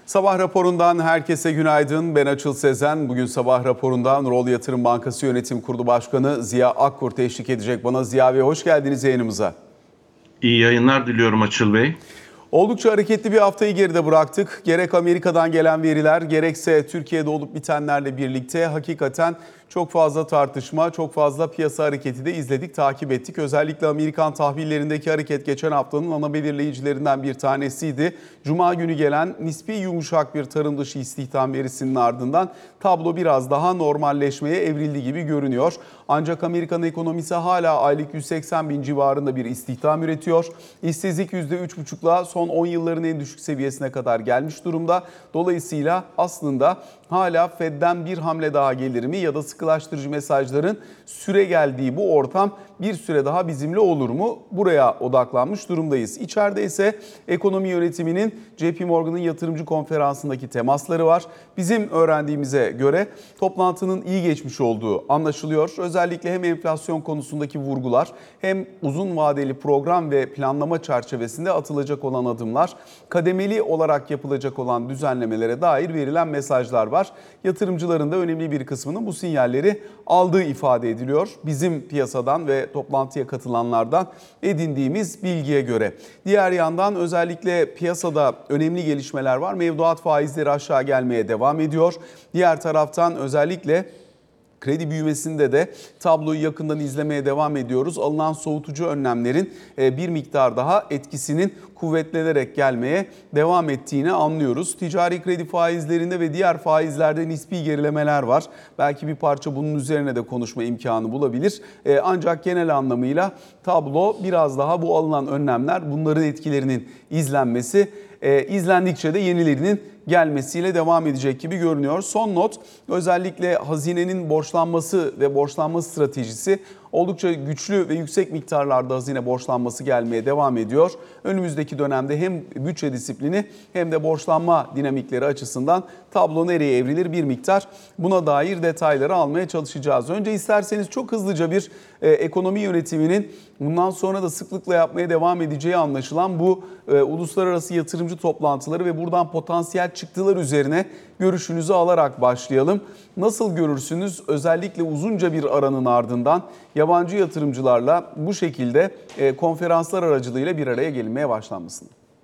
Sabah raporundan herkese günaydın. Ben Açıl Sezen. Bugün sabah raporundan Rol Yatırım Bankası Yönetim Kurulu Başkanı Ziya Akkurt eşlik edecek bana. Ziya Bey, hoş geldiniz yayınımıza. İyi yayınlar diliyorum Açıl Bey. Oldukça hareketli bir haftayı geride bıraktık. Gerek Amerika'dan gelen veriler, gerekse Türkiye'de olup bitenlerle birlikte hakikaten çok fazla tartışma, çok fazla piyasa hareketi de izledik, takip ettik. Özellikle Amerikan tahvillerindeki hareket geçen haftanın ana belirleyicilerinden bir tanesiydi. Cuma günü gelen nispi yumuşak bir tarım dışı istihdam verisinin ardından tablo biraz daha normalleşmeye evrildi gibi görünüyor. Ancak Amerikan ekonomisi hala aylık 180 bin civarında bir istihdam üretiyor. İşsizlik %3,5'la son 10 yılların en düşük seviyesine kadar gelmiş durumda. Dolayısıyla aslında hala Fed'den bir hamle daha gelir mi ya da sıkılaştırıcı mesajların süre geldiği bu ortam bir süre daha bizimle olur mu? Buraya odaklanmış durumdayız. İçeride ise ekonomi yönetiminin JP Morgan'ın yatırımcı konferansındaki temasları var. Bizim öğrendiğimize göre toplantının iyi geçmiş olduğu anlaşılıyor. Özellikle hem enflasyon konusundaki vurgular hem uzun vadeli program ve planlama çerçevesinde atılacak olan adımlar, kademeli olarak yapılacak olan düzenlemelere dair verilen mesajlar var. Yatırımcıların da önemli bir kısmının bu sinyalleri aldığı ifade ediliyor. Bizim piyasadan ve toplantıya katılanlardan edindiğimiz bilgiye göre. Diğer yandan özellikle piyasada önemli gelişmeler var. Mevduat faizleri aşağı gelmeye devam ediyor. Diğer taraftan özellikle kredi büyümesinde de tabloyu yakından izlemeye devam ediyoruz. Alınan soğutucu önlemlerin bir miktar daha etkisinin kuvvetlenerek gelmeye devam ettiğini anlıyoruz. Ticari kredi faizlerinde ve diğer faizlerde nispi gerilemeler var. Belki bir parça bunun üzerine de konuşma imkanı bulabilir. Ancak genel anlamıyla tablo biraz daha bu alınan önlemler, bunların etkilerinin izlenmesi, izlendikçe de yenilerinin gelmesiyle devam edecek gibi görünüyor. Son not, özellikle hazinenin borçlanması ve borçlanma stratejisi oldukça güçlü ve yüksek miktarlarda hazine borçlanması gelmeye devam ediyor. Önümüzdeki dönemde hem bütçe disiplini hem de borçlanma dinamikleri açısından tablo nereye evrilir bir miktar buna dair detayları almaya çalışacağız. Önce isterseniz çok hızlıca bir ekonomi yönetiminin bundan sonra da sıklıkla yapmaya devam edeceği anlaşılan bu uluslararası yatırımcı toplantıları ve buradan potansiyel çıktılar üzerine görüşünüzü alarak başlayalım. Nasıl görürsünüz? Özellikle uzunca bir aranın ardından yabancı yatırımcılarla bu şekilde konferanslar aracılığıyla bir araya gelinmeye başlanmasını.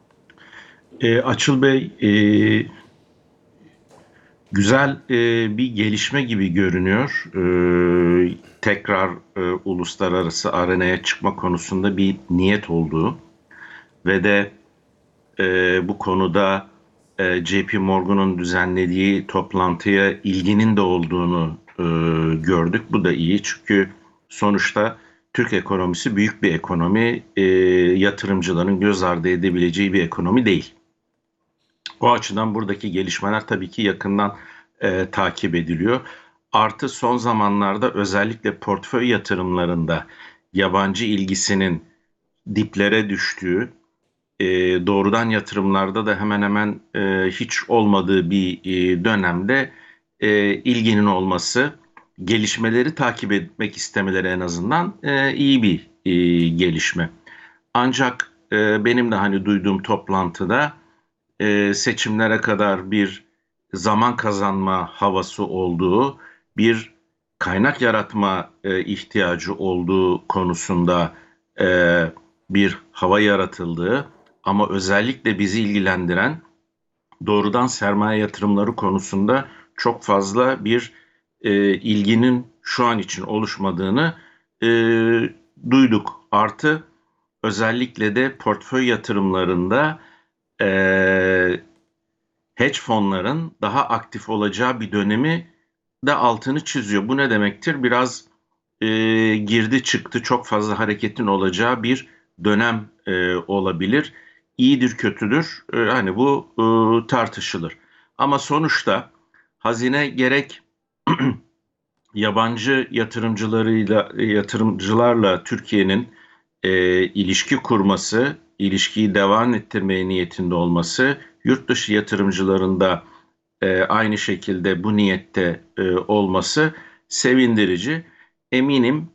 Açıl Bey, güzel bir gelişme gibi görünüyor. Tekrar uluslararası arenaya çıkma konusunda bir niyet olduğu ve de bu konuda JP Morgan'ın düzenlediği toplantıya ilginin de olduğunu gördük. Bu da iyi çünkü sonuçta Türk ekonomisi büyük bir ekonomi, yatırımcıların göz ardı edebileceği bir ekonomi değil. O açıdan buradaki gelişmeler tabii ki yakından takip ediliyor. Artı son zamanlarda özellikle portföy yatırımlarında yabancı ilgisinin diplere düştüğü, doğrudan yatırımlarda da hemen hemen hiç olmadığı bir dönemde ilginin olması, gelişmeleri takip etmek istemeleri en azından iyi bir gelişme. Ancak benim de hani duyduğum toplantıda seçimlere kadar bir zaman kazanma havası olduğu, bir kaynak yaratma ihtiyacı olduğu konusunda bir hava yaratıldığı ama özellikle bizi ilgilendiren doğrudan sermaye yatırımları konusunda çok fazla bir ilginin şu an için oluşmadığını duyduk. Artı özellikle de portföy yatırımlarında hedge fonların daha aktif olacağı bir dönemi de altını çiziyor. Bu ne demektir? Biraz girdi çıktı çok fazla hareketin olacağı bir dönem olabilir. İyidir kötüdür hani bu tartışılır. Ama sonuçta hazine gerek yabancı yatırımcılarla Türkiye'nin ilişki kurması, ilişkiyi devam ettirmeye niyetinde olması, yurt dışı yatırımcıların da aynı şekilde bu niyette olması sevindirici. Eminim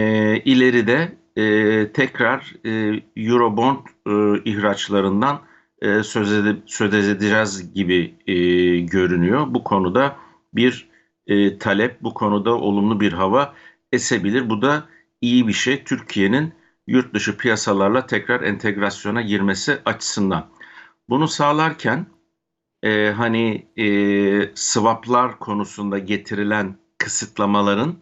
ileride tekrar Eurobond ihraçlarından söz edeceğiz gibi görünüyor. Bu konuda bir talep, bu konuda olumlu bir hava esebilir. Bu da iyi bir şey. Türkiye'nin yurt dışı piyasalarla tekrar entegrasyona girmesi açısından. Bunu sağlarken hani swaplar konusunda getirilen kısıtlamaların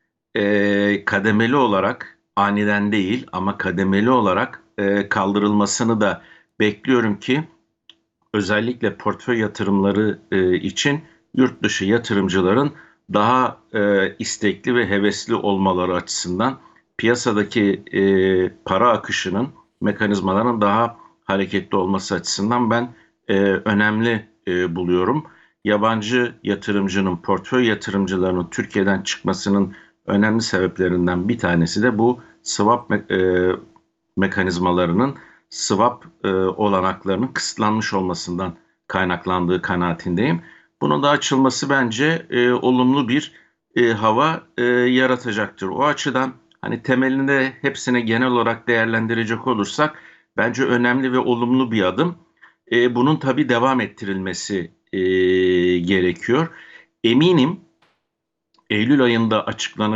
kademeli olarak aniden değil ama kademeli olarak kaldırılmasını da bekliyorum ki özellikle portföy yatırımları için yurt dışı yatırımcıların daha istekli ve hevesli olmaları açısından piyasadaki para akışının mekanizmaların daha hareketli olması açısından ben önemli buluyorum. Yabancı yatırımcının, portföy yatırımcılarının Türkiye'den çıkmasının önemli sebeplerinden bir tanesi de bu swap mekanizmalarının swap olanaklarının kısıtlanmış olmasından kaynaklandığı kanaatindeyim. Bunun da açılması bence olumlu bir hava yaratacaktır. O açıdan hani temelinde hepsine genel olarak değerlendirecek olursak bence önemli ve olumlu bir adım. Bunun tabii devam ettirilmesi gerekiyor. Eminim Eylül ayında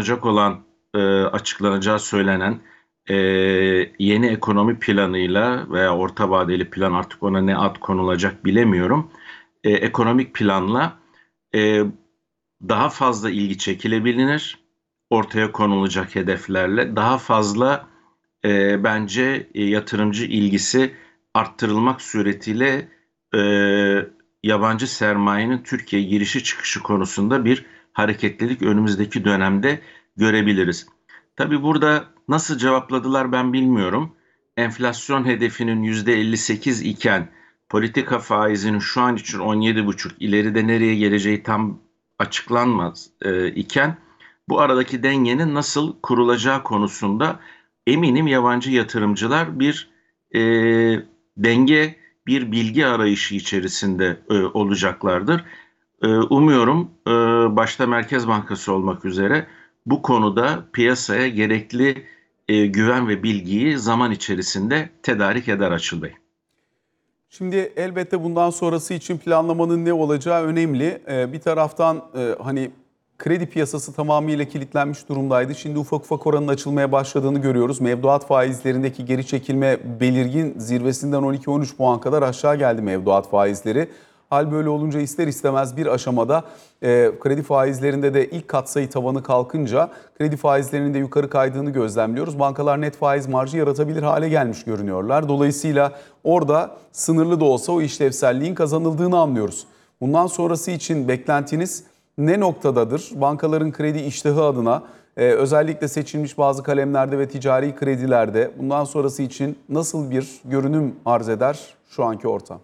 açıklanacağı söylenen e, yeni ekonomi planıyla veya orta vadeli plan artık ona ne ad konulacak bilemiyorum. Ekonomik planla e, daha fazla ilgi çekilebilir. Ortaya konulacak hedeflerle daha fazla bence yatırımcı ilgisi arttırılmak suretiyle e, yabancı sermayenin Türkiye girişi çıkışı konusunda bir hareketlilik önümüzdeki dönemde görebiliriz. Tabii burada nasıl cevapladılar ben bilmiyorum. Enflasyon hedefinin %58 iken politika faizinin şu an için 17,5 ileride nereye geleceği tam açıklanmaz iken bu aradaki dengenin nasıl kurulacağı konusunda eminim yabancı yatırımcılar bir e, denge, bir bilgi arayışı içerisinde olacaklardır. Umuyorum başta Merkez Bankası olmak üzere bu konuda piyasaya gerekli güven ve bilgiyi zaman içerisinde tedarik eder Açıl Bey. Şimdi elbette bundan sonrası için planlamanın ne olacağı önemli. Bir taraftan hani kredi piyasası tamamıyla kilitlenmiş durumdaydı. Şimdi ufak ufak oranın açılmaya başladığını görüyoruz. Mevduat faizlerindeki geri çekilme belirgin, zirvesinden 12-13 puan kadar aşağı geldi mevduat faizleri. Hal böyle olunca ister istemez bir aşamada kredi faizlerinde de ilk katsayı tavanı kalkınca kredi faizlerinin de yukarı kaydığını gözlemliyoruz. Bankalar net faiz marjı yaratabilir hale gelmiş görünüyorlar. Dolayısıyla orada sınırlı da olsa o işlevselliğin kazanıldığını anlıyoruz. Bundan sonrası için beklentiniz ne noktadadır? Bankaların kredi iştahı adına özellikle seçilmiş bazı kalemlerde ve ticari kredilerde bundan sonrası için nasıl bir görünüm arz eder şu anki ortam?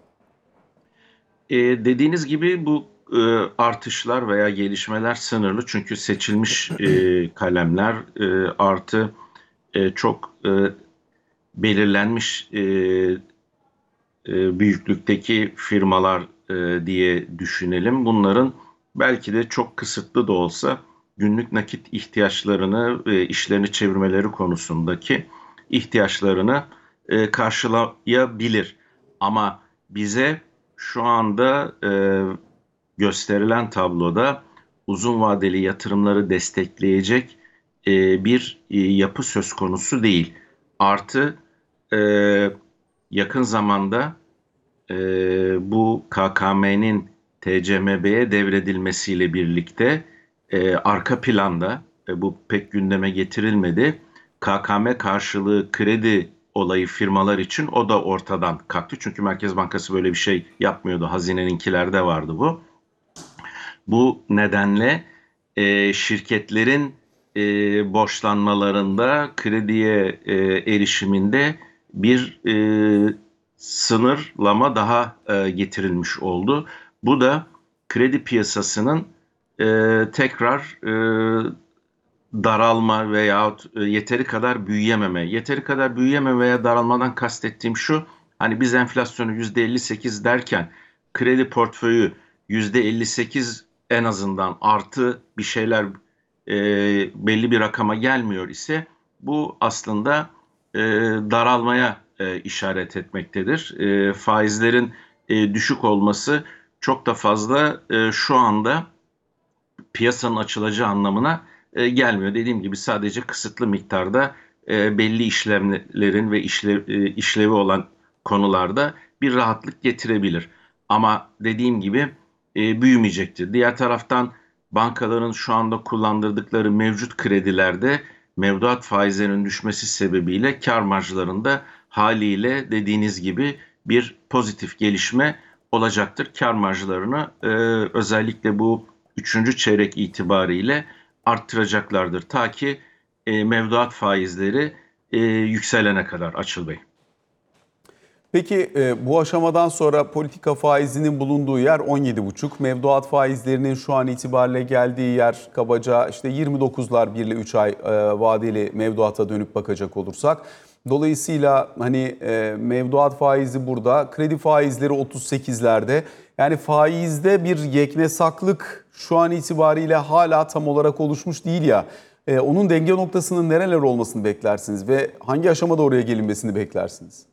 Dediğiniz gibi bu artışlar veya gelişmeler sınırlı çünkü seçilmiş kalemler artı çok belirlenmiş büyüklükteki firmalar diye düşünelim. Bunların belki de çok kısıtlı da olsa günlük nakit ihtiyaçlarını, işlerini çevirmeleri konusundaki ihtiyaçlarını karşılayabilir. Ama bize şu anda gösterilen tabloda uzun vadeli yatırımları destekleyecek bir yapı söz konusu değil. Artı e, yakın zamanda bu KKM'nin TCMB'ye devredilmesiyle birlikte arka planda bu pek gündeme getirilmedi. KKM karşılığı kredi olayı firmalar için o da ortadan kalktı. Çünkü Merkez Bankası böyle bir şey yapmıyordu. Hazineninkilerde vardı bu. Bu nedenle şirketlerin borçlanmalarında krediye erişiminde bir sınırlama daha getirilmiş oldu. Bu da kredi piyasasının tekrar daralma veyahut yeteri kadar büyüyememe. Yeteri kadar büyüyememe veya daralmadan kastettiğim şu, hani biz enflasyonu %58 derken kredi portföyü %58 en azından artı bir şeyler belli bir rakama gelmiyor ise bu aslında daralmaya işaret etmektedir. Faizlerin düşük olması çok da fazla şu anda piyasanın açılacağı anlamına gelmiyor. Dediğim gibi sadece kısıtlı miktarda belli işlemlerin ve işlevi olan konularda bir rahatlık getirebilir. Ama dediğim gibi büyümeyecektir. Diğer taraftan bankaların şu anda kullandırdıkları mevcut kredilerde mevduat faizlerinin düşmesi sebebiyle kar marjlarında haliyle dediğiniz gibi bir pozitif gelişme olacaktır. Kar marjlarını özellikle bu üçüncü çeyrek itibariyle arttıracaklardır. Ta ki mevduat faizleri yükselene kadar Açıl Bey. Peki bu aşamadan sonra politika faizinin bulunduğu yer 17,5. Mevduat faizlerinin şu an itibariyle geldiği yer kabaca işte 29'lar 1 ile 3 ay vadeli mevduata dönüp bakacak olursak. Dolayısıyla hani mevduat faizi burada, kredi faizleri 38'lerde. Yani faizde bir yeknesaklık şu an itibariyle hala tam olarak oluşmuş değil ya. Onun denge noktasının nereler olmasını beklersiniz ve hangi aşamada oraya gelinmesini beklersiniz?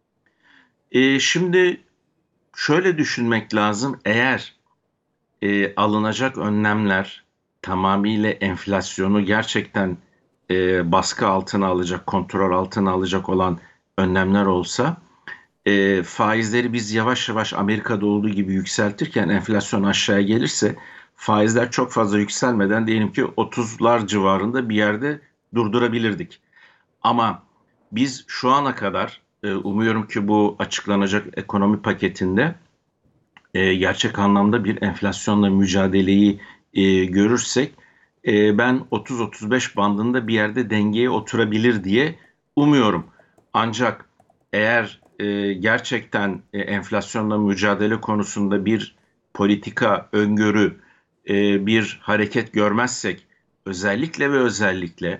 Şimdi şöyle düşünmek lazım. Eğer alınacak önlemler tamamıyla enflasyonu gerçekten baskı altına alacak, kontrol altına alacak olan önlemler olsa, faizleri biz yavaş yavaş Amerika'da olduğu gibi yükseltirken enflasyon aşağıya gelirse faizler çok fazla yükselmeden diyelim ki 30'lar civarında bir yerde durdurabilirdik. Ama biz şu ana kadar umuyorum ki bu açıklanacak ekonomi paketinde gerçek anlamda bir enflasyonla mücadeleyi görürsek ben 30-35 bandında bir yerde dengeye oturabilir diye umuyorum. Ancak eğer gerçekten enflasyonla mücadele konusunda bir politika, öngörü, bir hareket görmezsek özellikle ve özellikle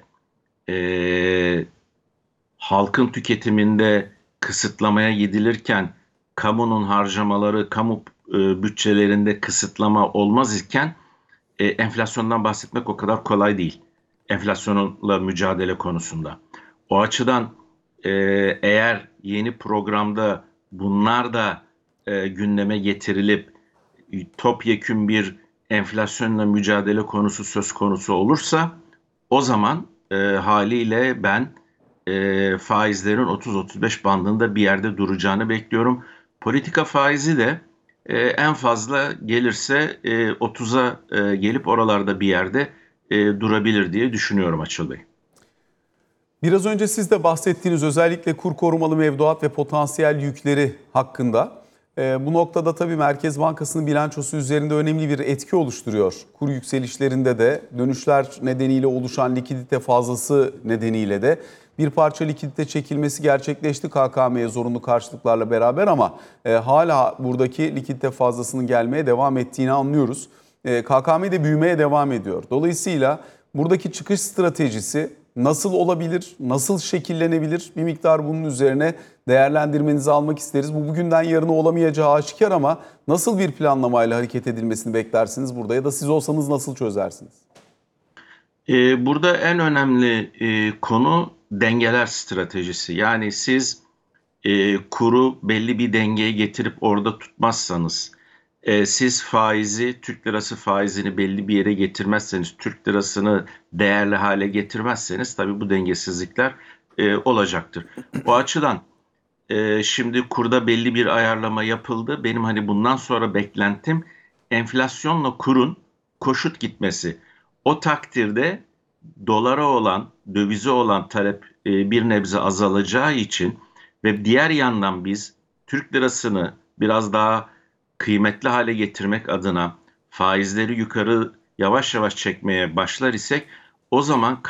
halkın tüketiminde kısıtlamaya gidilirken kamunun harcamaları, kamu bütçelerinde kısıtlama olmaz iken enflasyondan bahsetmek o kadar kolay değil. Enflasyonla mücadele konusunda. O açıdan eğer yeni programda bunlar da gündeme getirilip topyekün bir enflasyonla mücadele konusu söz konusu olursa o zaman haliyle ben faizlerin 30-35 bandında bir yerde duracağını bekliyorum. Politika faizi de en fazla gelirse 30'a gelip oralarda bir yerde durabilir diye düşünüyorum Açıl Bey. Biraz önce siz de bahsettiğiniz özellikle kur korumalı mevduat ve potansiyel yükleri hakkında. Bu noktada tabii Merkez Bankası'nın bilançosu üzerinde önemli bir etki oluşturuyor. Kur yükselişlerinde de dönüşler nedeniyle oluşan likidite fazlası nedeniyle de bir parça likidite çekilmesi gerçekleşti KKM'ye zorunlu karşılıklarla beraber ama hala buradaki likidite fazlasının gelmeye devam ettiğini anlıyoruz. KKM de büyümeye devam ediyor. Dolayısıyla buradaki çıkış stratejisi nasıl olabilir, nasıl şekillenebilir? Bir miktar bunun üzerine değerlendirmenizi almak isteriz. Bu bugünden yarına olamayacağı aşikar ama nasıl bir planlamayla hareket edilmesini beklersiniz burada ya da siz olsanız nasıl çözersiniz? Burada en önemli konu dengeler stratejisi. Yani siz kuru belli bir dengeye getirip orada tutmazsanız, siz faizi, Türk lirası faizini belli bir yere getirmezseniz, Türk lirasını değerli hale getirmezseniz tabii bu dengesizlikler olacaktır. O açıdan şimdi kurda belli bir ayarlama yapıldı. Benim hani bundan sonra beklentim enflasyonla kurun koşut gitmesi. O takdirde dolara olan, dövize olan talep bir nebze azalacağı için ve diğer yandan biz Türk lirasını biraz daha kıymetli hale getirmek adına faizleri yukarı yavaş yavaş çekmeye başlar isek o zaman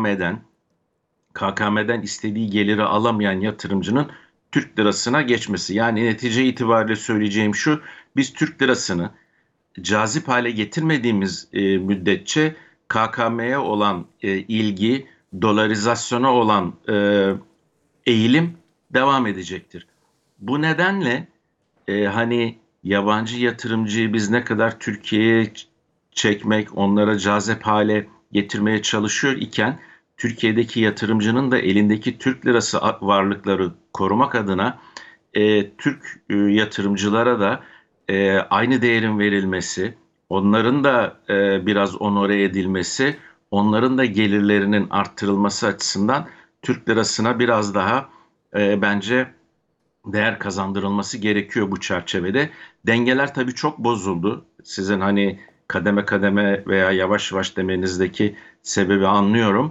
KKM'den istediği geliri alamayan yatırımcının Türk lirasına geçmesi. Yani netice itibariyle söyleyeceğim şu, biz Türk lirasını cazip hale getirmediğimiz müddetçe KKM'ye olan ilgi, dolarizasyona olan eğilim devam edecektir. Bu nedenle hani yabancı yatırımcıyı biz ne kadar Türkiye'ye çekmek, onlara cazip hale getirmeye çalışıyor iken Türkiye'deki yatırımcının da elindeki Türk lirası varlıkları korumak adına Türk yatırımcılara da aynı değerin verilmesi, onların da biraz onore edilmesi, onların da gelirlerinin arttırılması açısından Türk lirasına biraz daha bence değer kazandırılması gerekiyor bu çerçevede. Dengeler tabii çok bozuldu. Sizin hani kademe kademe veya yavaş yavaş demenizdeki sebebi anlıyorum.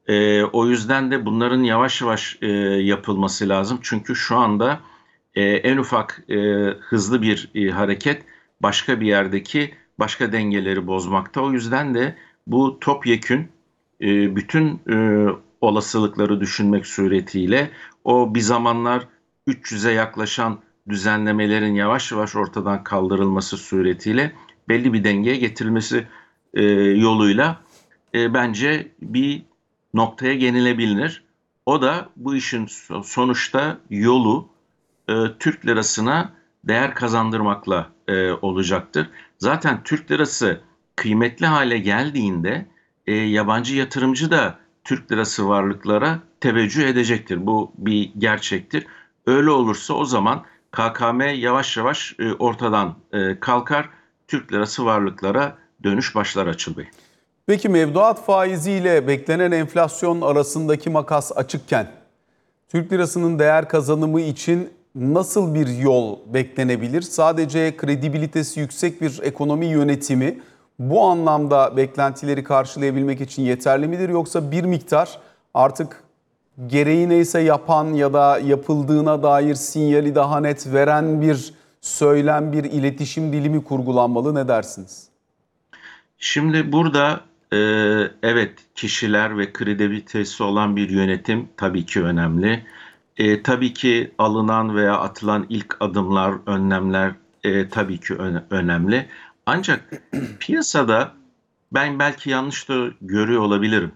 O yüzden de bunların yavaş yavaş yapılması lazım. Çünkü şu anda en ufak hızlı bir hareket başka bir yerdeki başka dengeleri bozmakta. O yüzden de bu topyekün bütün olasılıkları düşünmek suretiyle o bir zamanlar 300'e yaklaşan düzenlemelerin yavaş yavaş ortadan kaldırılması suretiyle belli bir dengeye getirilmesi yoluyla bence bir noktaya gelinebilir. O da bu işin sonuçta yolu Türk lirasına değer kazandırmakla olacaktır. Zaten Türk lirası kıymetli hale geldiğinde yabancı yatırımcı da Türk lirası varlıklara teveccüh edecektir. Bu bir gerçektir. Öyle olursa o zaman KKM yavaş yavaş ortadan kalkar. Türk lirası varlıklara dönüş başlar Açıl Bey. Peki mevduat faiziyle beklenen enflasyon arasındaki makas açıkken Türk lirasının değer kazanımı için nasıl bir yol beklenebilir? Sadece kredibilitesi yüksek bir ekonomi yönetimi bu anlamda beklentileri karşılayabilmek için yeterli midir? Yoksa bir miktar artık gereği neyse yapan ya da yapıldığına dair sinyali daha net veren bir söylem, bir iletişim dili mi kurgulanmalı? Ne dersiniz? Şimdi burada evet kişiler ve kredibilitesi olan bir yönetim tabii ki önemli. Tabii ki alınan veya atılan ilk adımlar, önlemler tabii ki önemli. Ancak piyasada ben belki yanlış da görüyor olabilirim.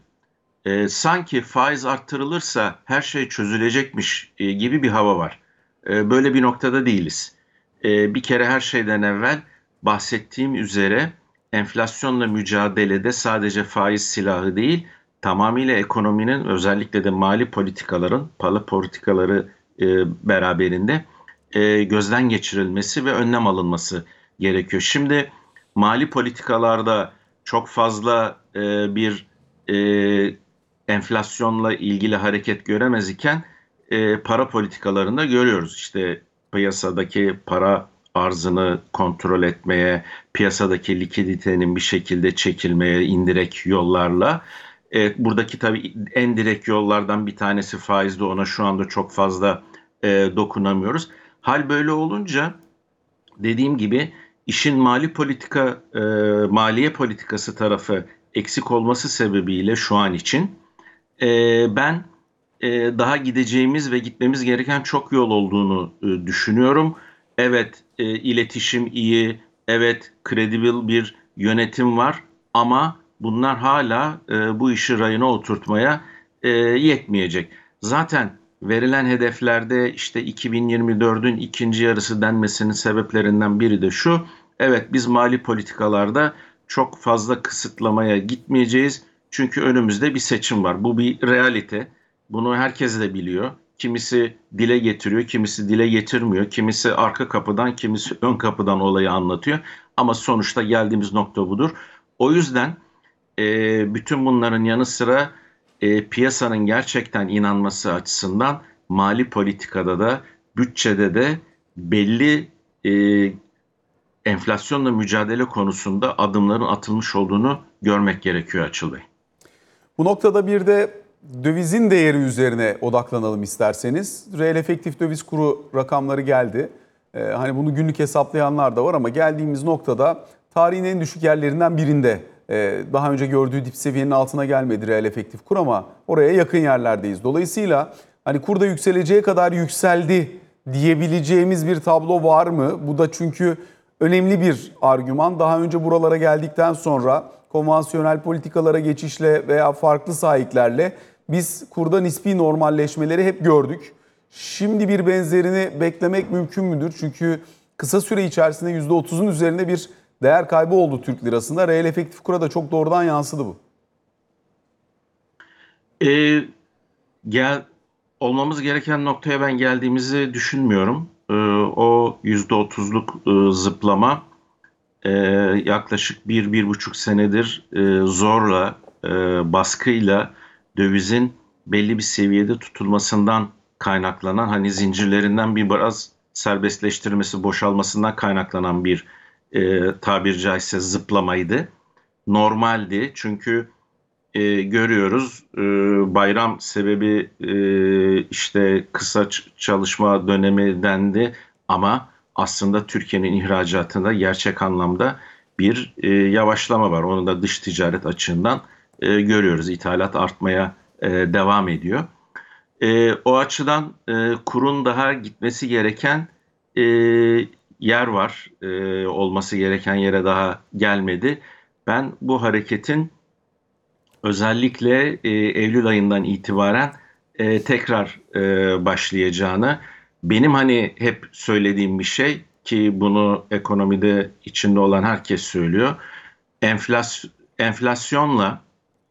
Sanki faiz arttırılırsa her şey çözülecekmiş gibi bir hava var. Böyle bir noktada değiliz. Bir kere her şeyden evvel bahsettiğim üzere enflasyonla mücadelede sadece faiz silahı değil, tamamıyla ekonominin özellikle de mali politikaların, para politikaları beraberinde gözden geçirilmesi ve önlem alınması gerekiyor. Şimdi mali politikalarda çok fazla bir enflasyonla ilgili hareket göremez iken para politikalarında görüyoruz. İşte piyasadaki para arzını kontrol etmeye, piyasadaki likiditenin bir şekilde çekilmeye indirek yollarla. Buradaki tabii en direkt yollardan bir tanesi faizdi. Ona şu anda çok fazla dokunamıyoruz. Hal böyle olunca dediğim gibi işin maliye politikası tarafı eksik olması sebebiyle şu an için ben daha gideceğimiz ve gitmemiz gereken çok yol olduğunu düşünüyorum. Evet, iletişim iyi, evet, kredibil bir yönetim var ama bunlar hala bu işi rayına oturtmaya yetmeyecek. Zaten verilen hedeflerde işte 2024'ün ikinci yarısı denmesinin sebeplerinden biri de şu. Evet, biz mali politikalarda çok fazla kısıtlamaya gitmeyeceğiz. Çünkü önümüzde bir seçim var. Bu bir realite. Bunu herkes de biliyor. Kimisi dile getiriyor, kimisi dile getirmiyor. Kimisi arka kapıdan, kimisi ön kapıdan olayı anlatıyor. Ama sonuçta geldiğimiz nokta budur. O yüzden bütün bunların yanı sıra piyasanın gerçekten inanması açısından mali politikada da bütçede de belli e, enflasyonla mücadele konusunda adımların atılmış olduğunu görmek gerekiyor Açıl Bey. Bu noktada bir de dövizin değeri üzerine odaklanalım isterseniz. Reel efektif döviz kuru rakamları geldi. Hani bunu günlük hesaplayanlar da var ama geldiğimiz noktada tarihin en düşük yerlerinden birinde. Daha önce gördüğü dip seviyenin altına gelmedi reel efektif kur ama oraya yakın yerlerdeyiz. Dolayısıyla hani kurda yükseleceği kadar yükseldi diyebileceğimiz bir tablo var mı? Bu da çünkü önemli bir argüman. Daha önce buralara geldikten sonra konvansiyonel politikalara geçişle veya farklı sahiplerle biz kurda nispi normalleşmeleri hep gördük. Şimdi bir benzerini beklemek mümkün müdür? Çünkü kısa süre içerisinde %30'un üzerinde bir değer kaybı oldu Türk lirasında. Reel efektif kura da çok doğrudan yansıdı bu. E, gel Olmamız gereken noktaya ben geldiğimizi düşünmüyorum. O %30'luk zıplama e, yaklaşık 1-1,5 senedir zorla, baskıyla dövizin belli bir seviyede tutulmasından kaynaklanan, hani zincirlerinden bir biraz serbestleştirilmesi, boşalmasından kaynaklanan bir tabiri caizse zıplamaydı. Normaldi çünkü görüyoruz. Bayram sebebi işte kısa çalışma dönemi dendi ama aslında Türkiye'nin ihracatında gerçek anlamda bir yavaşlama var. Onu da dış ticaret açığından görüyoruz. İthalat artmaya devam ediyor. O açıdan kurun daha gitmesi gereken e, yer var. Olması gereken yere daha gelmedi. Ben bu hareketin özellikle Eylül ayından itibaren tekrar başlayacağını, benim hani hep söylediğim bir şey ki bunu ekonomide içinde olan herkes söylüyor. Enflasyonla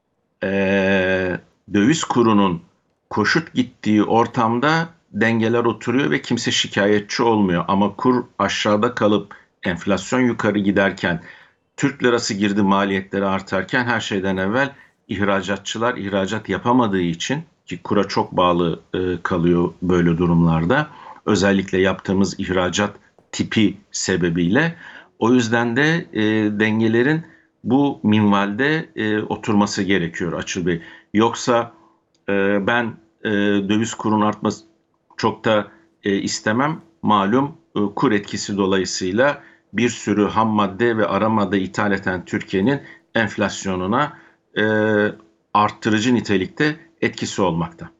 döviz kurunun koşut gittiği ortamda dengeler oturuyor ve kimse şikayetçi olmuyor. Ama kur aşağıda kalıp enflasyon yukarı giderken, Türk lirası girdi maliyetleri artarken her şeyden evvel ihracatçılar ihracat yapamadığı için, ki kura çok bağlı kalıyor böyle durumlarda. Özellikle yaptığımız ihracat tipi sebebiyle. O yüzden de dengelerin bu minvalde oturması gerekiyor Açıl Bey. Yoksa ben döviz kurunun artması çok da istemem. Malum kur etkisi dolayısıyla bir sürü ham madde ve ara madde ithal eden Türkiye'nin enflasyonuna e, arttırıcı nitelikte etkisi olmakta.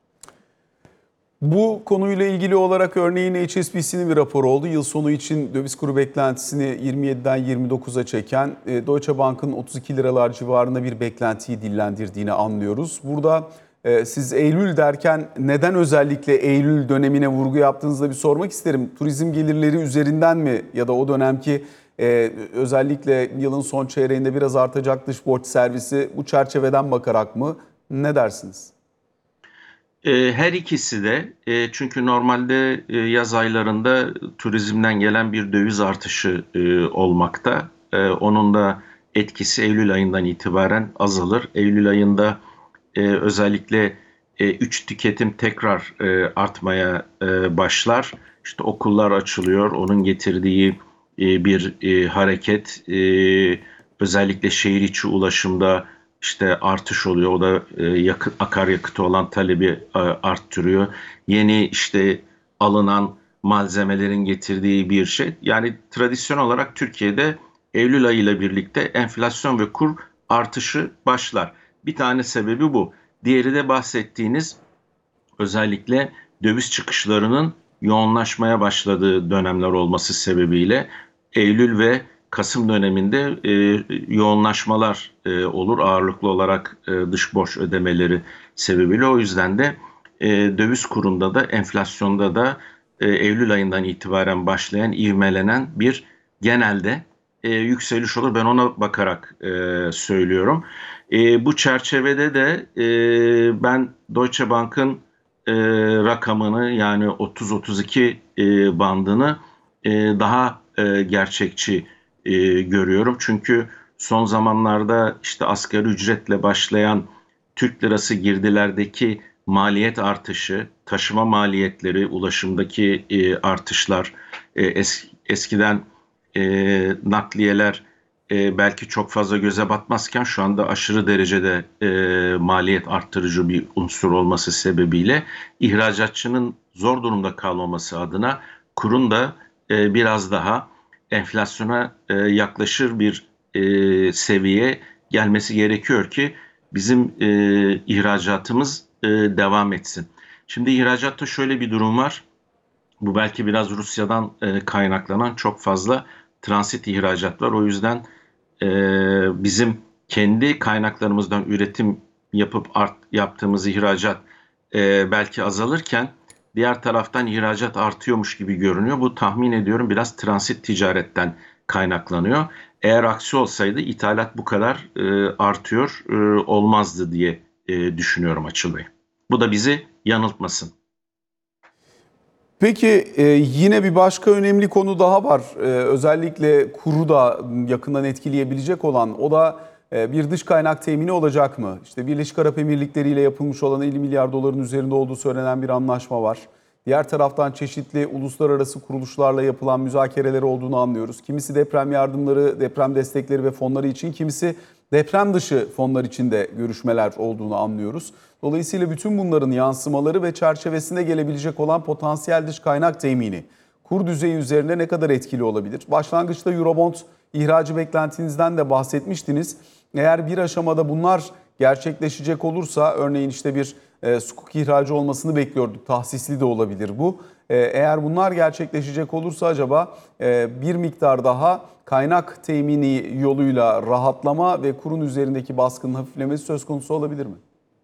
Bu konuyla ilgili olarak örneğin HSBC'nin bir raporu oldu. Yıl sonu için döviz kuru beklentisini 27'den 29'a çeken Deutsche Bank'ın 32 liralar civarında bir beklentiyi dillendirdiğini anlıyoruz. Burada siz Eylül derken neden özellikle Eylül dönemine vurgu yaptığınızı da bir sormak isterim. Turizm gelirleri üzerinden mi ya da o dönemki özellikle yılın son çeyreğinde biraz artacak dış borç servisi, bu çerçeveden bakarak mı? Ne dersiniz? Her ikisi de, çünkü normalde yaz aylarında turizmden gelen bir döviz artışı olmakta. Onun da etkisi Eylül ayından itibaren azalır. Eylül ayında özellikle üç tüketim tekrar artmaya başlar. İşte okullar açılıyor, onun getirdiği bir hareket. Özellikle şehir içi ulaşımda işte artış oluyor. O da akaryakıtı olan talebi arttırıyor. Yeni işte alınan malzemelerin getirdiği bir şey. Yani tradisyon olarak Türkiye'de Eylül ayı ile birlikte enflasyon ve kur artışı başlar. Bir tane sebebi bu. Diğeri de bahsettiğiniz özellikle döviz çıkışlarının yoğunlaşmaya başladığı dönemler olması sebebiyle Eylül ve Kasım döneminde yoğunlaşmalar olur ağırlıklı olarak dış borç ödemeleri sebebiyle. O yüzden de döviz kurunda da enflasyonda da Eylül ayından itibaren başlayan ivmelenen bir genelde yükseliş olur. Ben ona bakarak söylüyorum. Bu çerçevede de ben Deutsche Bank'ın rakamını, yani 30-32 bandını daha gerçekçi görüyorum. Çünkü son zamanlarda işte asgari ücretle başlayan Türk lirası girdilerdeki maliyet artışı, taşıma maliyetleri, ulaşımdaki artışlar, eskiden nakliyeler belki çok fazla göze batmazken şu anda aşırı derecede maliyet arttırıcı bir unsur olması sebebiyle ihracatçının zor durumda kalmaması adına kurun da biraz daha enflasyona yaklaşır bir seviyeye gelmesi gerekiyor ki bizim ihracatımız devam etsin. Şimdi ihracatta şöyle bir durum var. Bu belki biraz Rusya'dan kaynaklanan çok fazla transit ihracat var. O yüzden bizim kendi kaynaklarımızdan üretim yapıp yaptığımız ihracat belki azalırken diğer taraftan ihracat artıyormuş gibi görünüyor. Bu tahmin ediyorum biraz transit ticaretten kaynaklanıyor. Eğer aksi olsaydı ithalat bu kadar artıyor olmazdı diye düşünüyorum Açıl Bey. Bu da bizi yanıltmasın. Peki yine bir başka önemli konu daha var. Özellikle kuru da yakından etkileyebilecek olan, o da bir dış kaynak temini olacak mı? İşte Birleşik Arap Emirlikleri ile yapılmış olan 50 milyar doların üzerinde olduğu söylenen bir anlaşma var. Diğer taraftan çeşitli uluslararası kuruluşlarla yapılan müzakereler olduğunu anlıyoruz. Kimisi deprem yardımları, deprem destekleri ve fonları için, kimisi deprem dışı fonlar için de görüşmeler olduğunu anlıyoruz. Dolayısıyla bütün bunların yansımaları ve çerçevesinde gelebilecek olan potansiyel dış kaynak temini kur düzeyi üzerinde ne kadar etkili olabilir? Başlangıçta Eurobond ihracı beklentinizden de bahsetmiştiniz. Eğer bir aşamada bunlar gerçekleşecek olursa, örneğin işte bir sukuk ihracı olmasını bekliyorduk. Tahsisli de olabilir bu. Eğer bunlar gerçekleşecek olursa acaba bir miktar daha kaynak temini yoluyla rahatlama ve kurun üzerindeki baskının hafiflemesi söz konusu olabilir mi?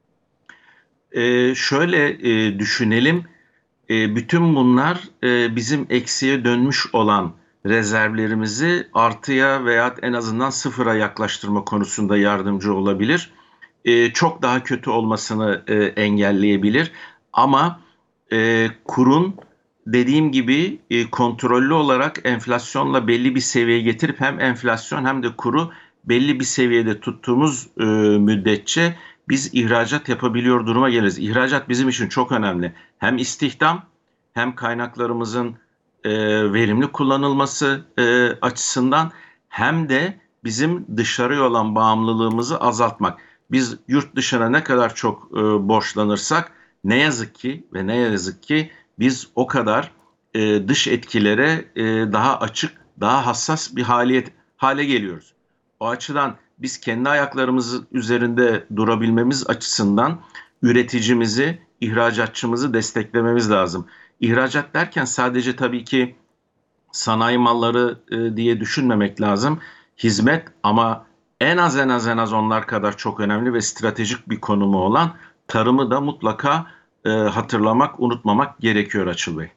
Şöyle düşünelim. Bütün bunlar bizim eksiye dönmüş olan rezervlerimizi artıya veya en azından sıfıra yaklaştırma konusunda yardımcı olabilir. Çok daha kötü olmasını engelleyebilir. Ama kurun dediğim gibi kontrollü olarak enflasyonla belli bir seviyeye getirip hem enflasyon hem de kuru belli bir seviyede tuttuğumuz müddetçe biz ihracat yapabiliyor duruma geliriz. İhracat bizim için çok önemli. Hem istihdam hem kaynaklarımızın verimli kullanılması açısından hem de bizim dışarıya olan bağımlılığımızı azaltmak. Biz yurt dışına ne kadar çok borçlanırsak ne yazık ki biz o kadar dış etkilere daha açık, daha hassas bir hale geliyoruz. O açıdan biz kendi ayaklarımız üzerinde durabilmemiz açısından üreticimizi, ihracatçımızı desteklememiz lazım. İhracat derken sadece tabii ki sanayi malları diye düşünmemek lazım. Hizmet ama en az onlar kadar çok önemli ve stratejik bir konumu olan tarımı da mutlaka hatırlamak, unutmamak gerekiyor Açıl Bey.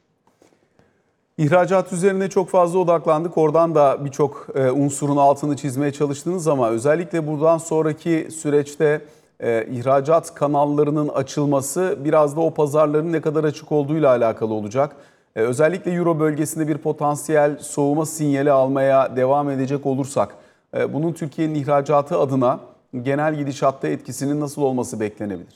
İhracat üzerine çok fazla odaklandık. Oradan da birçok unsurun altını çizmeye çalıştınız ama özellikle buradan sonraki süreçte ihracat kanallarının açılması biraz da o pazarların ne kadar açık olduğuyla alakalı olacak. Özellikle Euro bölgesinde bir potansiyel soğuma sinyali almaya devam edecek olursak, bunun Türkiye'nin ihracatı adına genel gidişatta etkisinin nasıl olması beklenebilir?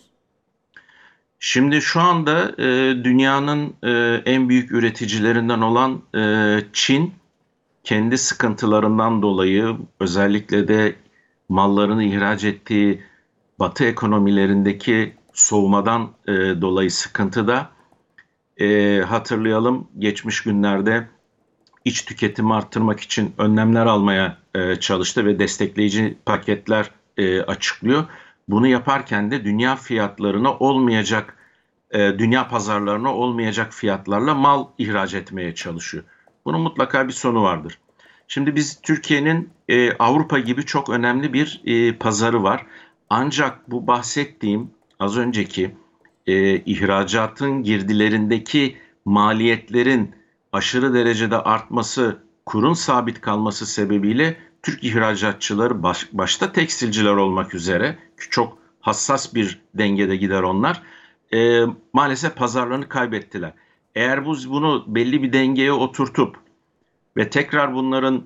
Şimdi şu anda dünyanın en büyük üreticilerinden olan Çin kendi sıkıntılarından dolayı özellikle de mallarını ihraç ettiği Batı ekonomilerindeki soğumadan dolayı sıkıntıda. Hatırlayalım, geçmiş günlerde iç tüketimi arttırmak için önlemler almaya çalıştı ve destekleyici paketler açıklıyor. Bunu yaparken de dünya fiyatlarına olmayacak, dünya pazarlarına olmayacak fiyatlarla mal ihraç etmeye çalışıyor. Bunun mutlaka bir sonu vardır. Şimdi biz Türkiye'nin Avrupa gibi çok önemli bir pazarı var. Ancak bu bahsettiğim az önceki ihracatın girdilerindeki maliyetlerin aşırı derecede artması, kurun sabit kalması sebebiyle Türk ihracatçıları başta tekstilciler olmak üzere çok hassas bir dengede gider onlar. Maalesef pazarlarını kaybettiler. Eğer bunu belli bir dengeye oturtup ve tekrar bunların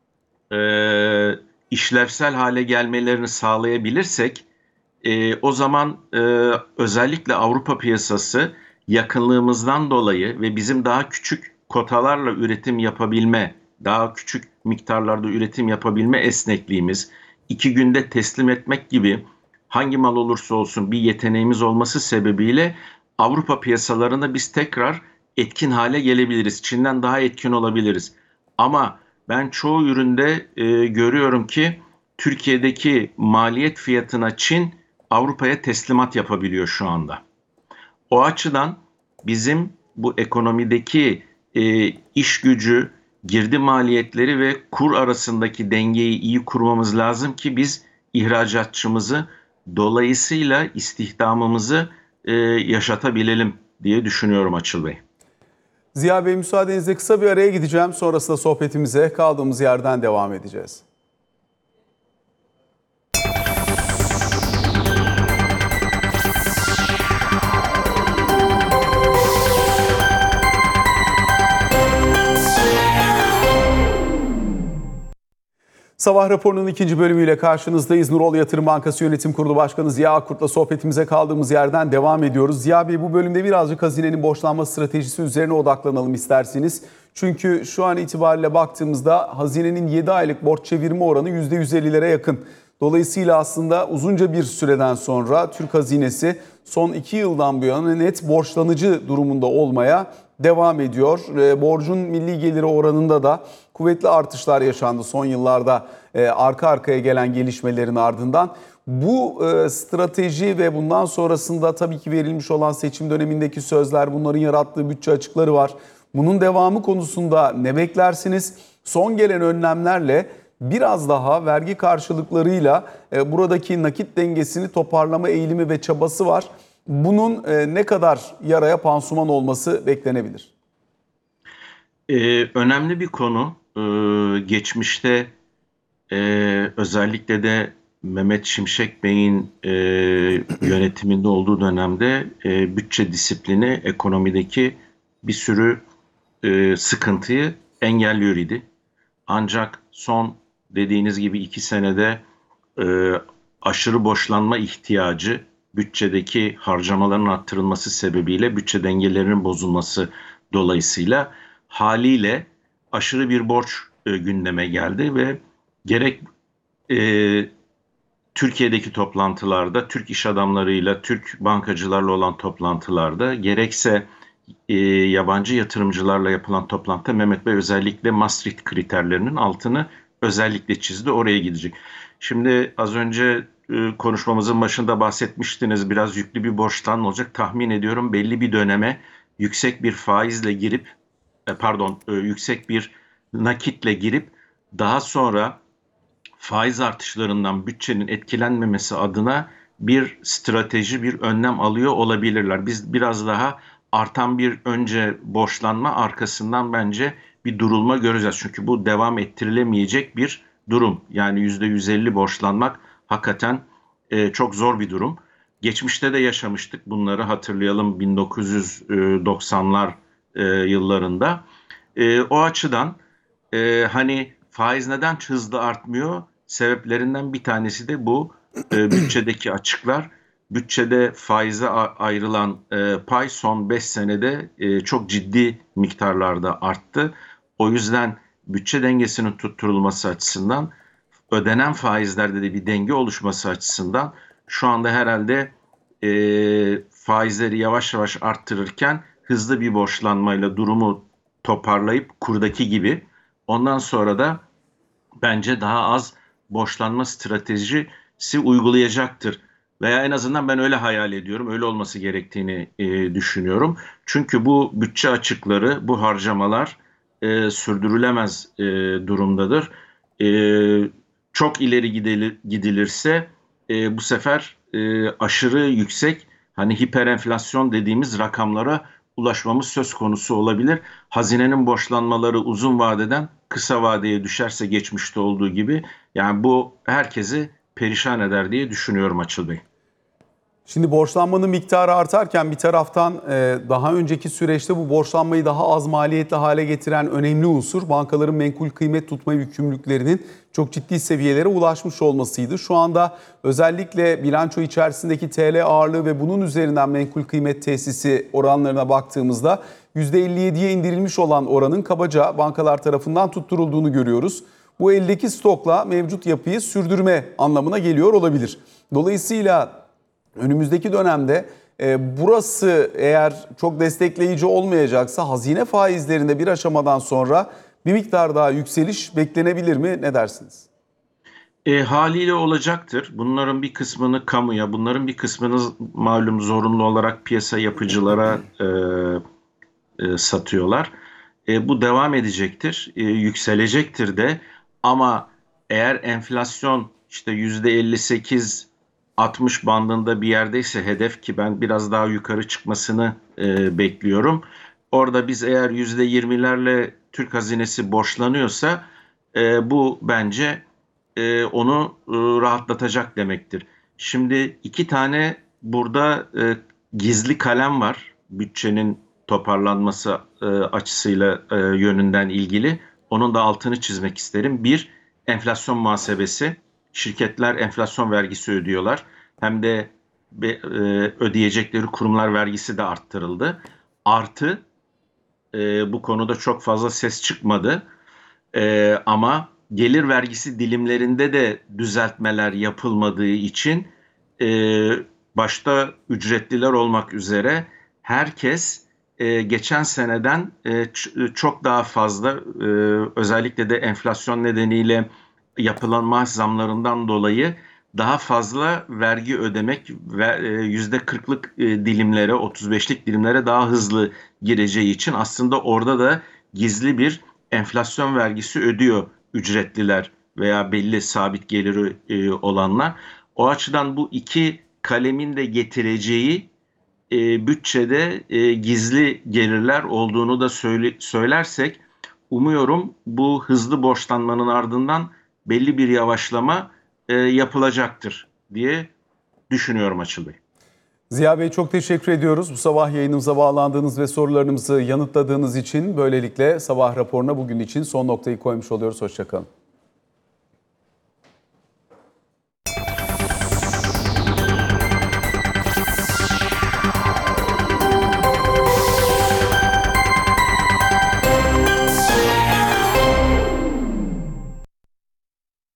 işlevsel hale gelmelerini sağlayabilirsek o zaman özellikle Avrupa piyasası yakınlığımızdan dolayı ve bizim daha küçük kotalarla üretim yapabilme, daha küçük miktarlarda üretim yapabilme esnekliğimiz, 2 günde teslim etmek gibi hangi mal olursa olsun bir yeteneğimiz olması sebebiyle Avrupa piyasalarında biz tekrar etkin hale gelebiliriz. Çin'den daha etkin olabiliriz. Ama ben çoğu üründe görüyorum ki Türkiye'deki maliyet fiyatına Çin Avrupa'ya teslimat yapabiliyor şu anda. O açıdan bizim bu ekonomideki iş gücü, girdi maliyetleri ve kur arasındaki dengeyi iyi kurmamız lazım ki biz ihracatçımızı dolayısıyla istihdamımızı yaşatabilelim diye düşünüyorum Açıl Bey. Ziya Bey, müsaadenizle kısa bir araya gideceğim. Sonrasında sohbetimize kaldığımız yerden devam edeceğiz. Sabah raporunun ikinci bölümüyle karşınızdayız. Nurol Yatırım Bankası Yönetim Kurulu Başkanı Ziya Akkurt'la sohbetimize kaldığımız yerden devam ediyoruz. Ziya Bey, bu bölümde birazcık hazinenin borçlanma stratejisi üzerine odaklanalım isterseniz. Çünkü şu an itibariyle baktığımızda hazinenin 7 aylık borç çevirme oranı %150'lere yakın. Dolayısıyla aslında uzunca bir süreden sonra Türk hazinesi son 2 yıldan bu yana net borçlanıcı durumunda olmaya devam ediyor. Borcun milli geliri oranında da kuvvetli artışlar yaşandı son yıllarda arka arkaya gelen gelişmelerin ardından. Bu strateji ve bundan sonrasında tabii ki verilmiş olan seçim dönemindeki sözler, bunların yarattığı bütçe açıkları var. Bunun devamı konusunda ne beklersiniz? Son gelen önlemlerle biraz daha vergi karşılıklarıyla buradaki nakit dengesini toparlama eğilimi ve çabası var. Bunun ne kadar yaraya pansuman olması beklenebilir? Önemli bir konu. Geçmişte özellikle de Mehmet Şimşek Bey'in yönetiminde olduğu dönemde bütçe disiplini ekonomideki bir sürü sıkıntıyı engelliyor idi. Ancak son dediğiniz gibi 2 senede aşırı borçlanma ihtiyacı, bütçedeki harcamaların arttırılması sebebiyle bütçe dengelerinin bozulması dolayısıyla haliyle aşırı bir borç gündeme geldi ve gerek Türkiye'deki toplantılarda, Türk iş adamlarıyla, Türk bankacılarla olan toplantılarda, gerekse yabancı yatırımcılarla yapılan toplantıda Mehmet Bey özellikle Maastricht kriterlerinin altını özellikle çizdi. Oraya gidecek. Şimdi az önce konuşmamızın başında bahsetmiştiniz. Biraz yüklü bir borçtan olacak. Tahmin ediyorum belli bir döneme yüksek bir faizle girip, yüksek bir nakitle girip daha sonra faiz artışlarından bütçenin etkilenmemesi adına bir strateji, bir önlem alıyor olabilirler. Biz biraz daha artan bir önce borçlanma, arkasından bence bir durulma göreceğiz. Çünkü bu devam ettirilemeyecek bir durum. Yani %150 borçlanmak hakikaten çok zor bir durum. Geçmişte de yaşamıştık bunları, hatırlayalım, 1990'lar yıllarında. O açıdan hani faiz neden hızlı artmıyor? Sebeplerinden bir tanesi de bu bütçedeki açıklar. Bütçede faize ayrılan pay son 5 senede çok ciddi miktarlarda arttı. O yüzden bütçe dengesinin tutturulması açısından, ödenen faizlerde de bir denge oluşması açısından şu anda herhalde faizleri yavaş yavaş arttırırken hızlı bir borçlanmayla durumu toparlayıp kurdaki gibi ondan sonra da bence daha az borçlanma stratejisi uygulayacaktır. Veya en azından ben öyle hayal ediyorum, öyle olması gerektiğini düşünüyorum. Çünkü bu bütçe açıkları, bu harcamalar sürdürülemez durumdadır. E, Çok ileri gidilirse bu sefer aşırı yüksek, hani hiperenflasyon dediğimiz rakamlara ulaşmamız söz konusu olabilir. Hazinenin borçlanmaları uzun vadeden kısa vadeye düşerse geçmişte olduğu gibi, yani bu herkesi perişan eder diye düşünüyorum Açıl Bey. Şimdi borçlanmanın miktarı artarken bir taraftan daha önceki süreçte bu borçlanmayı daha az maliyetli hale getiren önemli unsur bankaların menkul kıymet tutma yükümlülüklerinin çok ciddi seviyelere ulaşmış olmasıydı. Şu anda özellikle bilanço içerisindeki TL ağırlığı ve bunun üzerinden menkul kıymet tesisi oranlarına baktığımızda %57'ye indirilmiş olan oranın kabaca bankalar tarafından tutturulduğunu görüyoruz. Bu eldeki stokla mevcut yapıyı sürdürme anlamına geliyor olabilir. Dolayısıyla önümüzdeki dönemde burası eğer çok destekleyici olmayacaksa hazine faizlerinde bir aşamadan sonra bir miktar daha yükseliş beklenebilir mi? Ne dersiniz? Haliyle olacaktır. Bunların bir kısmını kamuya, bunların bir kısmını malum zorunlu olarak piyasa yapıcılara satıyorlar. Bu devam edecektir, yükselecektir de. Ama eğer enflasyon işte %58-60 bandında bir yerdeyse hedef, ki ben biraz daha yukarı çıkmasını bekliyorum. Orada biz eğer %20'lerle Türk hazinesi borçlanıyorsa bu bence onu rahatlatacak demektir. Şimdi 2 tane burada gizli kalem var bütçenin toparlanması açısıyla yönünden ilgili. Onun da altını çizmek isterim. Bir, enflasyon muhasebesi. Şirketler enflasyon vergisi ödüyorlar. Hem de ödeyecekleri kurumlar vergisi de arttırıldı. Artı bu konuda çok fazla ses çıkmadı. Ama gelir vergisi dilimlerinde de düzeltmeler yapılmadığı için e, başta ücretliler olmak üzere herkes geçen seneden çok daha fazla özellikle de enflasyon nedeniyle yapılan maaş zamlarından dolayı daha fazla vergi ödemek ve %40'lık dilimlere, 35'lik dilimlere daha hızlı gireceği için aslında orada da gizli bir enflasyon vergisi ödüyor ücretliler veya belli sabit geliri olanlar. O açıdan bu iki kalemin de getireceği bütçede gizli gelirler olduğunu da söylersek umuyorum bu hızlı borçlanmanın ardından belli bir yavaşlama yapılacaktır diye düşünüyorum Açıl Bey. Ziya Bey çok teşekkür ediyoruz. Bu sabah yayınımıza bağlandığınız ve sorularımızı yanıtladığınız için böylelikle sabah raporuna bugün için son noktayı koymuş oluyoruz. Hoşça kalın.